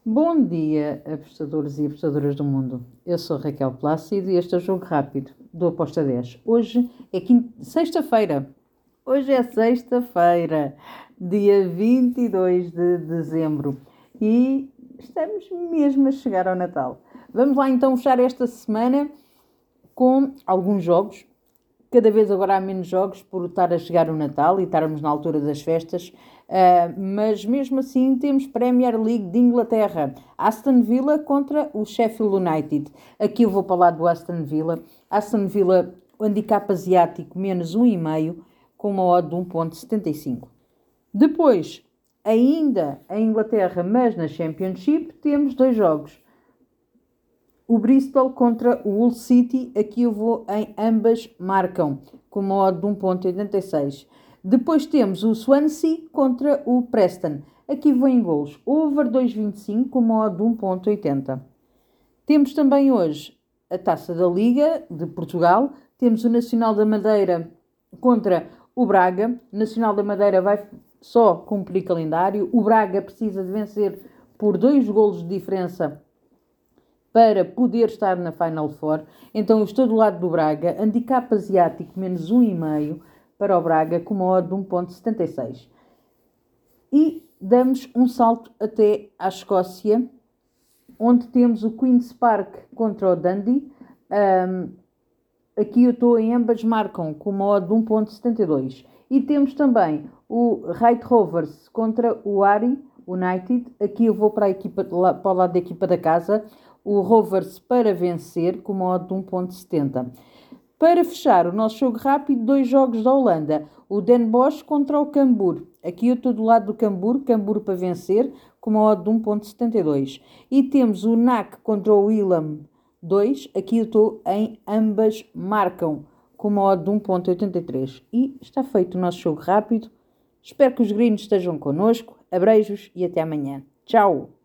Bom dia, apostadores e apostadoras do mundo. Eu sou Raquel Plácido e este é o Jogo Rápido do Aposta 10. Hoje é sexta-feira. Hoje é sexta-feira, dia 22 de dezembro e estamos mesmo a chegar ao Natal. Vamos lá então fechar esta semana com alguns jogos. Cada vez agora há menos jogos por estar a chegar o Natal e estarmos na altura das festas, mas mesmo assim temos Premier League de Inglaterra, Aston Villa contra o Sheffield United. Aqui eu vou para o lado do Aston Villa. Aston Villa, o handicap asiático, menos 1,5, com uma odd de 1,75. Depois, ainda em Inglaterra, mas na Championship, temos dois jogos. O Bristol contra o Hull City, aqui eu vou em ambas marcam, com uma odd de 1,86. Depois temos o Swansea contra o Preston, aqui vou em golos, over 2,25 com uma odd de 1,80. Temos também hoje a Taça da Liga de Portugal, temos o Nacional da Madeira contra o Braga. O Nacional da Madeira vai só cumprir calendário, o Braga precisa de vencer por 2 golos de diferença para poder estar na Final Four. Então eu estou do lado do Braga, handicap asiático menos 1,5 para o Braga com uma odd de 1,76. E damos um salto até à Escócia, onde temos o Queen's Park contra o Dundee. Aqui eu estou em ambas marcam com uma odd de 1,72. E temos também o Raith Rovers contra o Ari United. Aqui eu vou para o lado da equipa da casa. O Rovers para vencer com uma odd de 1,70. Para fechar o nosso jogo rápido, 2 jogos da Holanda. O Den Bosch contra o Cambuur. Aqui eu estou do lado do Cambuur para vencer com uma odd de 1,72. E temos o NAC contra o Willem 2. Aqui eu estou em ambas marcam com uma odd de 1,83. E está feito o nosso jogo rápido. Espero que os gringos estejam connosco. Abreijos e até amanhã. Tchau!